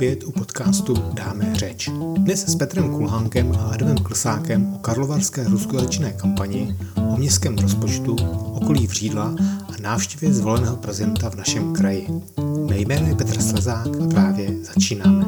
opět u podcastu Dáme řeč. Dnes s Petrem Kulhánkem a Adamem Klsákem o karlovarské ruskojazyčné kampani, o městském rozpočtu, okolí Vřídla a návštěvě zvoleného prezidenta v našem kraji. Mé jméno je Petr Slezák a právě začínáme.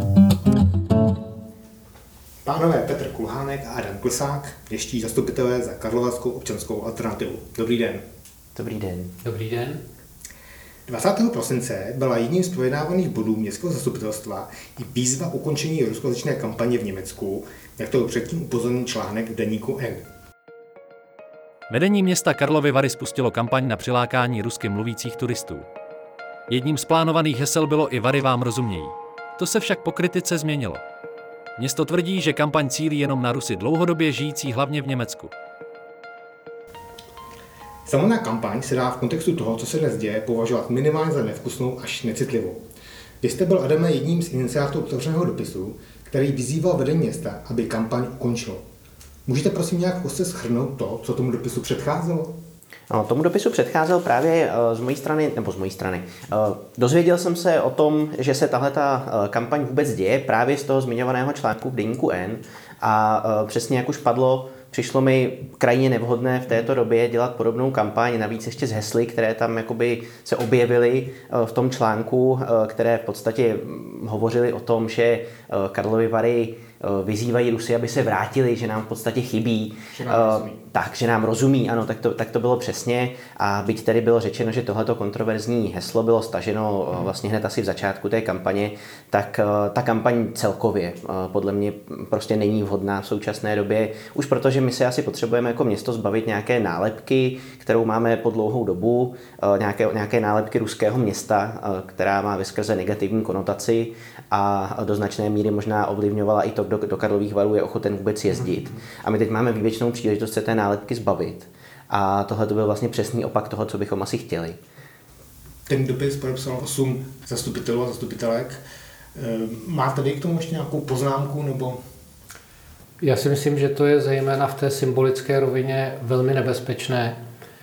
Pánové Petr Kulhánek a Adam Klsák, městští zastupitelé za Karlovarskou občanskou alternativu. Dobrý den. Dobrý den. Dobrý den. 20. prosince byla jedním z projednávaných bodů městského zastupitelstva i výzva k ukončení ruskojazyčné kampaně v Německu, jak to předtím upozornil článek v deníku N. Vedení města Karlovy Vary spustilo kampaň na přilákání rusky mluvících turistů. Jedním z plánovaných hesel bylo i Vary vám rozumějí. To se však po kritice změnilo. Město tvrdí, že kampaň cílí jenom na Rusy dlouhodobě žijící hlavně v Německu. Samotná kampaň se dá v kontextu toho, co se dnes děje, považovat minimálně za nevkusnou až necitlivou. Vy jste byl, Adame, jedním z iniciátorů otevřeného dopisu, který vyzýval vedení města, aby kampaň ukončilo. Můžete prosím nějak v shrnout to, co tomu dopisu předcházelo? No, tomu dopisu předcházel právě z mojí strany. Dozvěděl jsem se o tom, že se tahleta kampaň vůbec děje právě z toho zmiňovaného článku v deníku N a přesně jak už padlo, přišlo mi krajně nevhodné v této době dělat podobnou kampaň, navíc ještě s hesly, které tam jakoby se objevily v tom článku, které v podstatě hovořily o tom, že Karlovy Vary vyzývají Rusy, aby se vrátili, že nám v podstatě chybí. Že nám rozumí, ano, tak to bylo přesně. A byť tedy bylo řečeno, že tohleto kontroverzní heslo bylo staženo vlastně hned asi v začátku té kampaně, tak ta kampaň celkově podle mě prostě není vhodná v současné době. Už protože my se asi potřebujeme jako město zbavit nějaké nálepky, kterou máme po dlouhou dobu, nějaké nálepky ruského města, která má veskrze negativní konotaci a do značné míry možná ovlivňovala i to, kdo do Karlových Varů je ochoten vůbec jezdit. A my teď máme výjimečnou příležitost se té nálepky zbavit. A tohle to byl vlastně přesný opak toho, co bychom asi chtěli. Ten dopis podepsalo 8 zastupitelů a zastupitelek. Máte vy k tomu ještě nějakou poznámku nebo? Já si myslím, že to je zejména v té symbolické rovině velmi nebezpečné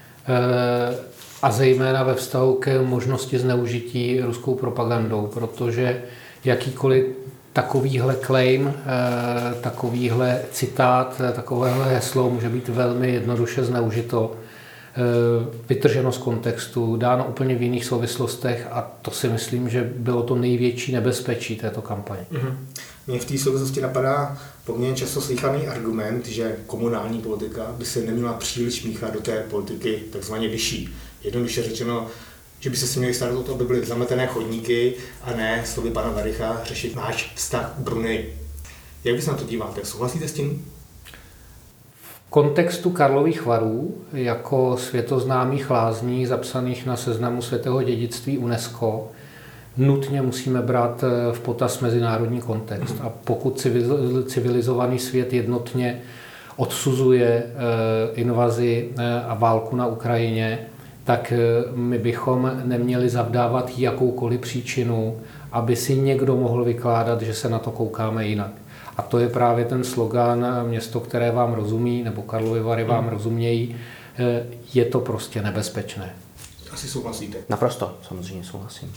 a zejména ve vztahu k možnosti zneužití ruskou propagandou, protože jakýkoliv takovýhle claim, takovýhle citát, takovéhle heslo může být velmi jednoduše zneužito, vytrženo z kontextu, dáno úplně v jiných souvislostech a to si myslím, že bylo to největší nebezpečí této kampaně. Mně v té souvislosti napadá poměrně často slýchaný argument, že komunální politika by se neměla příliš míchat do té politiky takzvaně vyšší. Jednoduše řečeno, že by se měli starat o to, aby byly zametené chodníky a ne, slovy pana Varicha, řešit náš vztah k Bruneji. Jak vy se na to díváte? Souhlasíte s tím? V kontextu Karlových Varů jako světoznámých lázní zapsaných na seznamu světého dědictví UNESCO nutně musíme brát v potaz mezinárodní kontext. A pokud civilizovaný svět jednotně odsuzuje invazi a válku na Ukrajině, tak my bychom neměli zavdávat jakoukoliv příčinu, aby si někdo mohl vykládat, že se na to koukáme jinak. A to je právě ten slogan město, které vám rozumí, nebo Karlovy Vary vám rozumějí, je to prostě nebezpečné. Asi souhlasíte? Naprosto, samozřejmě souhlasím.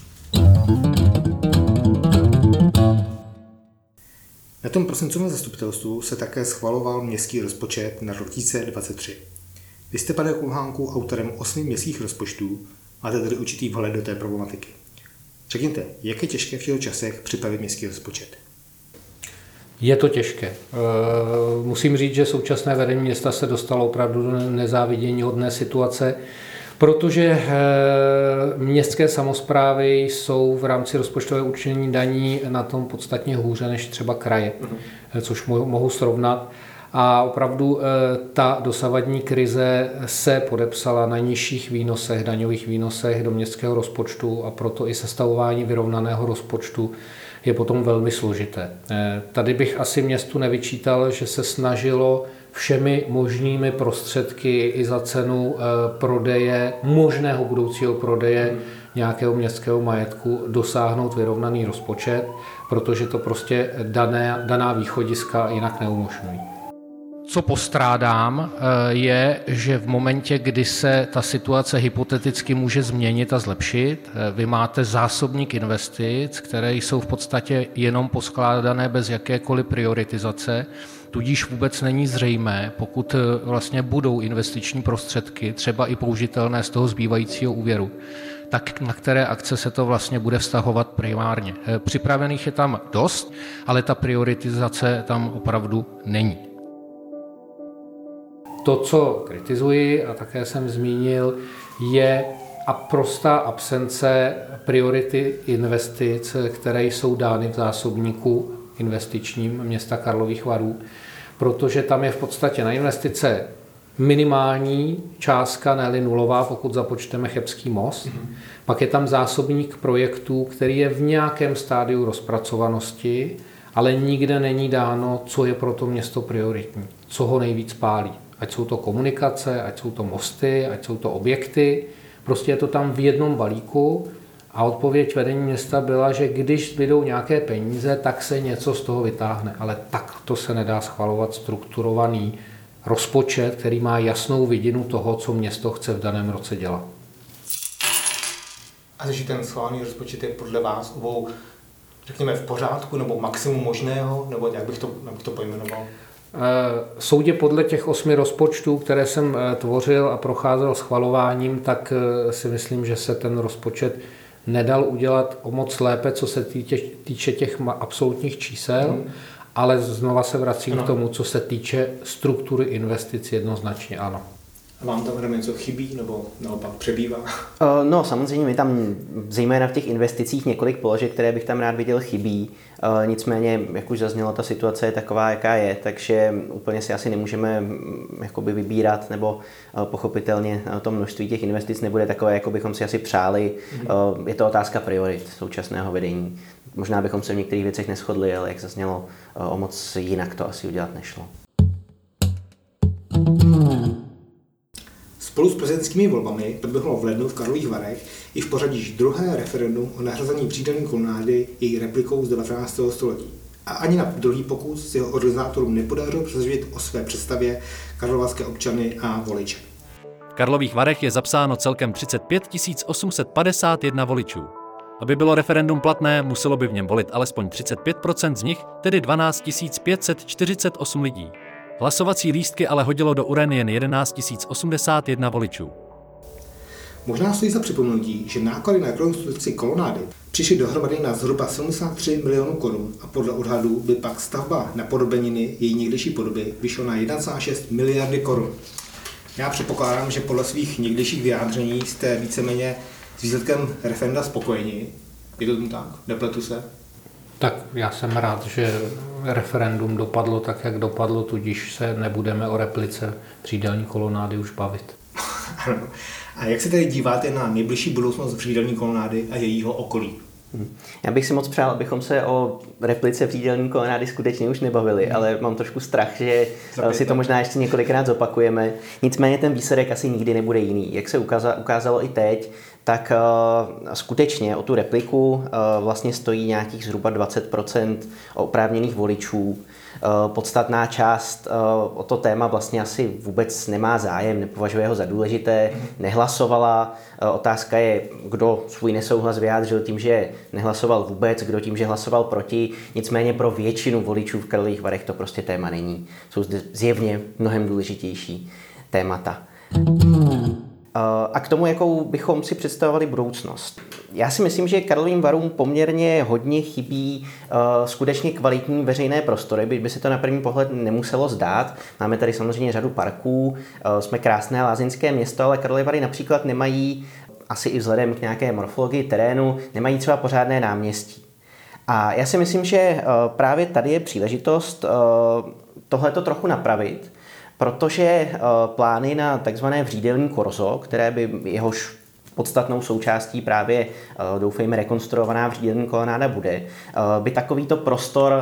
Na tom prosincovém zastupitelstvu se také schvaloval městský rozpočet na rok 2023. Vy jste, pane Kulhánku, autorem 8 městských rozpočtů, máte tedy určitý vhled do té problematiky. Řekněte, jak je těžké v těchto časech připravit městský rozpočet? Je to těžké. Musím říct, že současné vedení města se dostalo opravdu do nezáviděníhodné situace, protože městské samosprávy jsou v rámci rozpočtového určení daní na tom podstatně hůře než třeba kraje, což mohu srovnat. A opravdu ta dosavadní krize se podepsala na nižších výnosech, daňových výnosech do městského rozpočtu a proto i sestavování vyrovnaného rozpočtu je potom velmi složité. Tady bych asi městu nevyčítal, že se snažilo všemi možnými prostředky i za cenu prodeje, možného budoucího prodeje nějakého městského majetku dosáhnout vyrovnaný rozpočet, protože to prostě daná východiska jinak neumožňují. Co postrádám, je, že v momentě, kdy se ta situace hypoteticky může změnit a zlepšit, vy máte zásobník investic, které jsou v podstatě jenom poskládané bez jakékoliv prioritizace, tudíž vůbec není zřejmé, pokud vlastně budou investiční prostředky, třeba i použitelné z toho zbývajícího úvěru, tak na které akce se to vlastně bude vztahovat primárně. Připravených je tam dost, ale ta prioritizace tam opravdu není. To, co kritizuji a také jsem zmínil, je prostá absence priority investic, které jsou dány v zásobníku investičním města Karlových Varů, protože tam je v podstatě na investice minimální částka, ne-li nulová, pokud započteme Chebský most. Pak je tam zásobník projektů, který je v nějakém stádiu rozpracovanosti, ale nikde není dáno, co je pro to město prioritní, co ho nejvíc pálí. Ať jsou to komunikace, ať jsou to mosty, ať jsou to objekty. Prostě je to tam v jednom balíku a odpověď vedení města byla, že když zbydou nějaké peníze, tak se něco z toho vytáhne. Ale tak to se nedá schvalovat strukturovaný rozpočet, který má jasnou vidinu toho, co město chce v daném roce dělat. A takže ten schválený rozpočet je podle vás obou, řekněme, v pořádku, nebo maximum možného, nebo jak bych to pojmenoval? Soudě podle těch 8 rozpočtů, které jsem tvořil a procházel schvalováním, tak si myslím, že se ten rozpočet nedal udělat o moc lépe, co se týče těch absolutních čísel, ale znova se vracím k tomu, co se týče struktury investic, jednoznačně ano. Vám tam něco chybí nebo naopak přebývá? No samozřejmě mi tam zejména v těch investicích několik položek, které bych tam rád viděl, chybí. Nicméně, jak už zaznělo, ta situace je taková, jaká je, takže úplně si asi nemůžeme jakoby vybírat, nebo pochopitelně to množství těch investic nebude takové, jako bychom si asi přáli. Je to otázka priorit současného vedení. Možná bychom se v některých věcech neshodli, ale jak zaznělo, o moc jinak to asi udělat nešlo. Spolu s prezidentskými volbami proběhlo v lednu v Karlových Varech i v pořadí již druhé referendum o nahrazení přídelní kolonády její replikou z 19. století. A ani na druhý pokus se jeho organizátorům nepodařilo přesvědčit o své představě karlovarské občany a voliče. V Karlových Varech je zapsáno celkem 35 851 voličů. Aby bylo referendum platné, muselo by v něm volit alespoň 35% z nich, tedy 12 548 lidí. Hlasovací lístky ale hodilo do uren jen 11 081 voličů. Možná stojí za připomenutí, že náklady na rekonstrukci kolonády přišly dohromady na zhruba 73 milionů korun a podle odhadů by pak stavba napodobeniny její někdejší podoby vyšla na 1,6 miliardy korun. Já předpokládám, že podle svých někdejších vyjádření jste víceméně s výsledkem referenda spokojeni. Je to tak? Nepletu se? Tak já jsem rád, že referendum dopadlo tak, jak dopadlo, tudíž se nebudeme o replice přídelní kolonády už bavit. A jak se tedy díváte na nejbližší budoucnost přídelní kolonády a jejího okolí? Já bych si moc přál, abychom se o replice přídelní kolonády skutečně už nebavili, ale mám trošku strach, že si to možná ještě několikrát zopakujeme. Nicméně ten výsledek asi nikdy nebude jiný. Jak se ukázalo i teď, tak skutečně o tu repliku vlastně stojí nějakých zhruba 20% oprávněných voličů. Podstatná část o to téma vlastně asi vůbec nemá zájem, nepovažuje ho za důležité, nehlasovala. Otázka je, kdo svůj nesouhlas vyjádřil tím, že nehlasoval vůbec, kdo tím, že hlasoval proti. Nicméně pro většinu voličů v Karlových Varech to prostě téma není. Jsou zde zjevně mnohem důležitější témata. A k tomu, jakou bychom si představovali budoucnost. Já si myslím, že Karlovým Varům poměrně hodně chybí skutečně kvalitní veřejné prostory, by se to na první pohled nemuselo zdát. Máme tady samozřejmě řadu parků, jsme krásné lázeňské město, ale Karlovy Vary například nemají, asi i vzhledem k nějaké morfologii terénu, nemají třeba pořádné náměstí. A já si myslím, že právě tady je příležitost tohleto trochu napravit, protože plány na takzvané vřídelní korzo, které by jehož podstatnou součástí právě, doufejme, rekonstruovaná vřídelní kolonáda bude, by takovýto prostor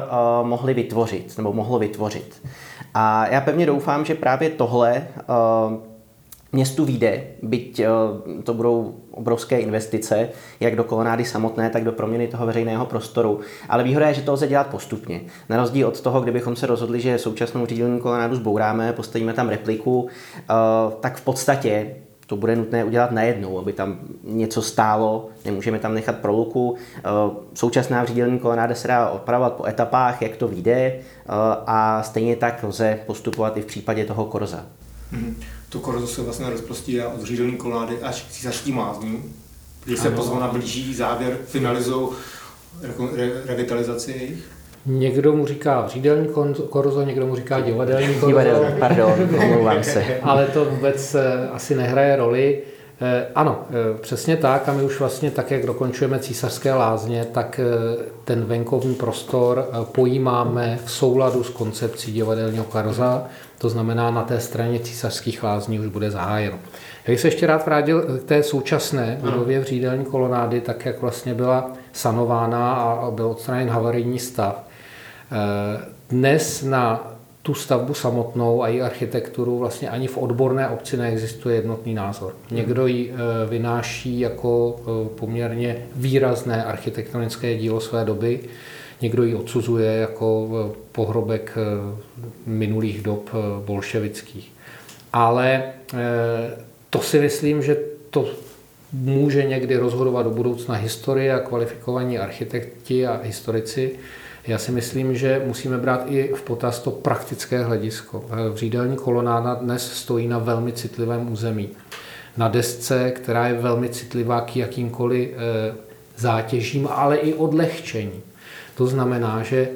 mohlo vytvořit. A já pevně doufám, že právě tohle městu vyjde, byť to budou obrovské investice, jak do kolonády samotné, tak do proměny toho veřejného prostoru. Ale výhoda je, že to lze dělat postupně. Na rozdíl od toho, kdybychom se rozhodli, že současnou řídelní kolonádu zbouráme, postavíme tam repliku, tak v podstatě to bude nutné udělat najednou, aby tam něco stálo, nemůžeme tam nechat proluku. Současná řídelní kolonáda se dá opravovat po etapách, jak to vyjde, a stejně tak lze postupovat i v případě toho korza. To korzo se vlastně rozprostírá od řídelní kolonády až k Císařským lázním, když se pozvolna blíží závěr, finalizou revitalizaci jejich. Někdo mu říká řídelní korzo, někdo mu říká divadelní korzo. Pardon, omlouvám se. Ale to vůbec asi nehraje roli. Ano, přesně tak, a my už vlastně tak, jak dokončujeme Císařské lázně, tak ten venkovní prostor pojímáme v souladu s koncepcí divadelního korza, to znamená, na té straně Císařských lázní už bude zahájeno. Já bych se ještě rád vrátil k té současné budově v řídelní kolonády, tak jak vlastně byla sanována a byl odstraněn havarijní stav. Dnes na tu stavbu samotnou a její architekturu vlastně ani v odborné obci neexistuje jednotný názor. Někdo ji vynáší jako poměrně výrazné architektonické dílo své doby, někdo ji odsuzuje jako pohrobek minulých dob bolševických. Ale to si myslím, že to může někdy rozhodovat do budoucna historie a kvalifikovaní architekti a historici. Já si myslím, že musíme brát i v potaz to praktické hledisko. Řídelní kolonáda dnes stojí na velmi citlivém území. Na desce, která je velmi citlivá k jakýmkoliv zátěžím, ale i odlehčení. To znamená, že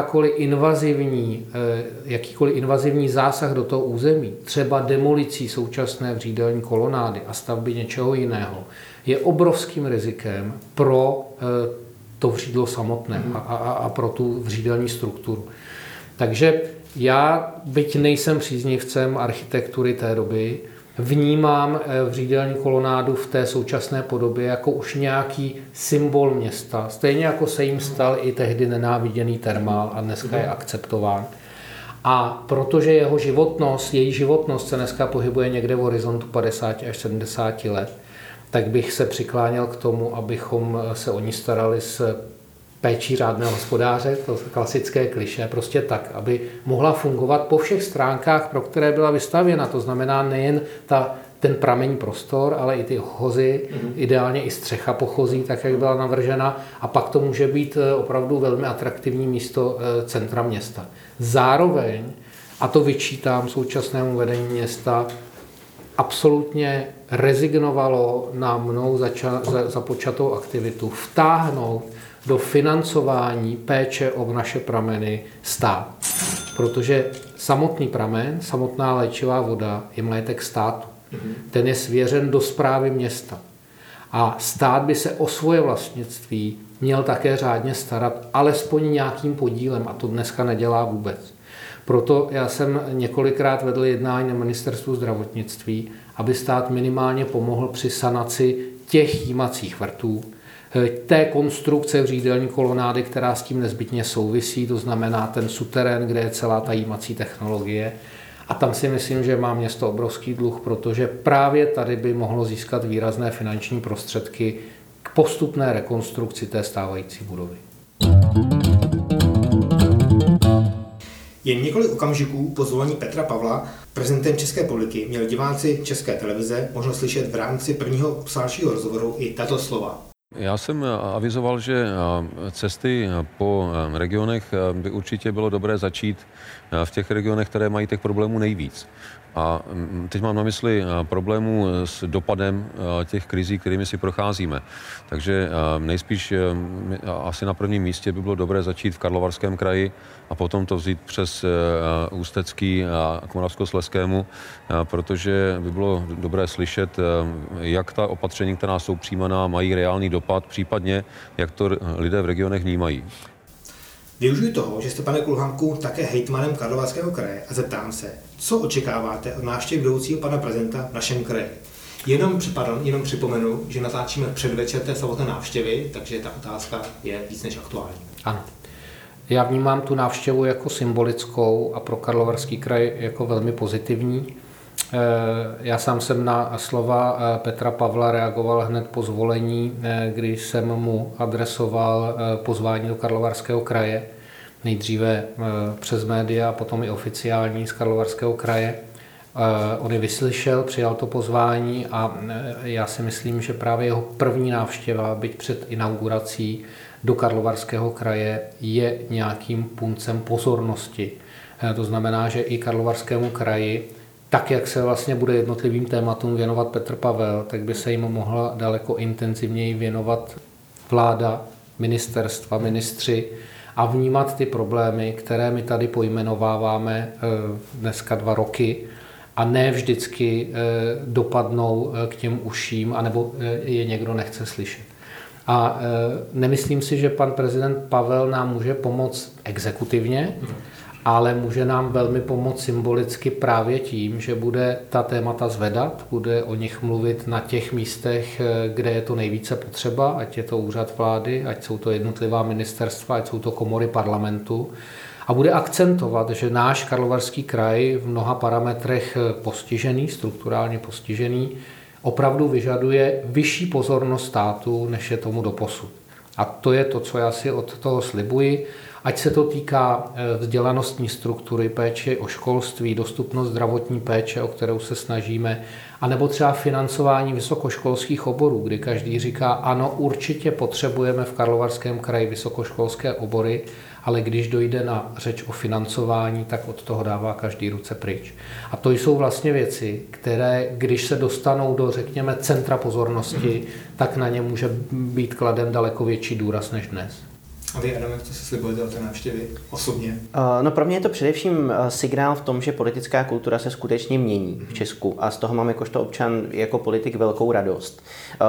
jakýkoliv invazivní zásah do toho území, třeba demolicí současné řídelní kolonády a stavby něčeho jiného, je obrovským rizikem pro to vřídlo samotné a pro tu vřídelní strukturu. Takže já, byť nejsem příznivcem architektury té doby, vnímám vřídelní kolonádu v té současné podobě jako už nějaký symbol města. Stejně jako se jim stal i tehdy nenáviděný termál a dneska je akceptován. A protože její životnost se dneska pohybuje někde v horizontu 50 až 70 let, tak bych se přikláněl k tomu, abychom se o ní starali s péčí řádného hospodáře, to klasické klišé, prostě tak, aby mohla fungovat po všech stránkách, pro které byla vystavěna. To znamená nejen ten pramení prostor, ale i ty chozy, ideálně i střecha pochozí, tak jak byla navržena, a pak to může být opravdu velmi atraktivní místo centra města. Zároveň, a to vyčítám současnému vedení města, absolutně rezignovalo na mnou započatou aktivitu vtáhnout do financování péče o naše prameny stát. Protože samotný pramen, samotná léčivá voda je majetek státu. Ten je svěřen do správy města. A stát by se o svoje vlastnictví měl také řádně starat, alespoň nějakým podílem, a to dneska nedělá vůbec. Proto já jsem několikrát vedl jednání na ministerstvu zdravotnictví, aby stát minimálně pomohl při sanaci těch jímacích vrtů, té konstrukce vřídelní kolonády, která s tím nezbytně souvisí, to znamená ten suterén, kde je celá ta jímací technologie. A tam si myslím, že má město obrovský dluh, protože právě tady by mohlo získat výrazné finanční prostředky k postupné rekonstrukci té stávající budovy. Jen několik okamžiků po zvolení Petra Pavla prezidentem České republiky měli diváci České televize možnost slyšet v rámci prvního psálšího rozhovoru i tato slova. Já jsem avizoval, že cesty po regionech by určitě bylo dobré začít v těch regionech, které mají těch problémů nejvíc. A teď mám na mysli problémů s dopadem těch krizí, kterými si procházíme. Takže nejspíš asi na prvním místě by bylo dobré začít v Karlovarském kraji a potom to vzít přes Ústecký a k Moravskoslezskému, protože by bylo dobré slyšet, jak ta opatření, která jsou přijímaná, mají reálný dopad, případně jak to lidé v regionech vnímají. Využiju toho, že jste, pane Kulhánku, také hejtmanem Karlovarského kraje a zeptám se, co očekáváte od návštěvy budoucího pana prezidenta v našem kraji. Jenom připomenu, že natáčíme předvečer té samotné návštěvy, takže ta otázka je víc než aktuální. Ano. Já vnímám tu návštěvu jako symbolickou a pro Karlovarský kraj jako velmi pozitivní. Já sám jsem na slova Petra Pavla reagoval hned po zvolení, když jsem mu adresoval pozvání do Karlovarského kraje, nejdříve přes média a potom i oficiální z Karlovarského kraje. On je vyslyšel, přijal to pozvání a já si myslím, že právě jeho první návštěva, byť před inaugurací do Karlovarského kraje, je nějakým puncem pozornosti. To znamená, že i Karlovarskému kraji, tak jak se vlastně bude jednotlivým tématům věnovat Petr Pavel, tak by se jim mohla daleko intenzivněji věnovat vláda, ministerstva, ministři a vnímat ty problémy, které my tady pojmenováváme dneska 2 roky a ne vždycky dopadnou k těm uším, anebo je někdo nechce slyšet. A nemyslím si, že pan prezident Pavel nám může pomoct exekutivně, ale může nám velmi pomoct symbolicky právě tím, že bude ta témata zvedat, bude o nich mluvit na těch místech, kde je to nejvíce potřeba, ať je to úřad vlády, ať jsou to jednotlivá ministerstva, ať jsou to komory parlamentu. A bude akcentovat, že náš Karlovarský kraj v mnoha parametrech postižený, strukturálně postižený, opravdu vyžaduje vyšší pozornost státu, než je tomu doposud. A to je to, co já si od toho slibuji. Ať se to týká vzdělanostní struktury, péče o školství, dostupnost zdravotní péče, o kterou se snažíme, anebo třeba financování vysokoškolských oborů, kdy každý říká, ano, určitě potřebujeme v Karlovarském kraji vysokoškolské obory, ale když dojde na řeč o financování, tak od toho dává každý ruce pryč. A to jsou vlastně věci, které, když se dostanou do, řekněme, centra pozornosti, tak na ně může být kladen daleko větší důraz než dnes. A vy, Adame, co si slibujete o té návštěvě osobně? No pro mě je to především signál v tom, že politická kultura se skutečně mění v Česku a z toho mám jakožto občan, jako politik velkou radost.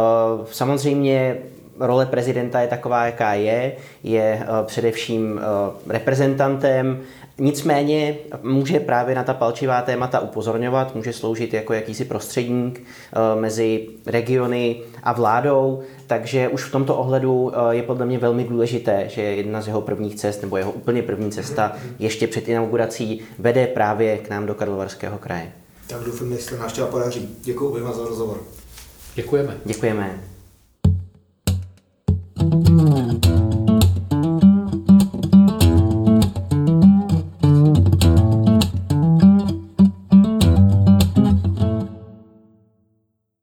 Samozřejmě role prezidenta je taková, jaká je především reprezentantem, nicméně může právě na ta palčivá témata upozorňovat, může sloužit jako jakýsi prostředník mezi regiony a vládou, takže už v tomto ohledu je podle mě velmi důležité, že jedna z jeho prvních cest, nebo jeho úplně první cesta ještě před inaugurací vede právě k nám do Karlovarského kraje. Tak doufám, že se návštěva podaří. Děkuji vám za rozhovor. Děkujeme. Děkujeme.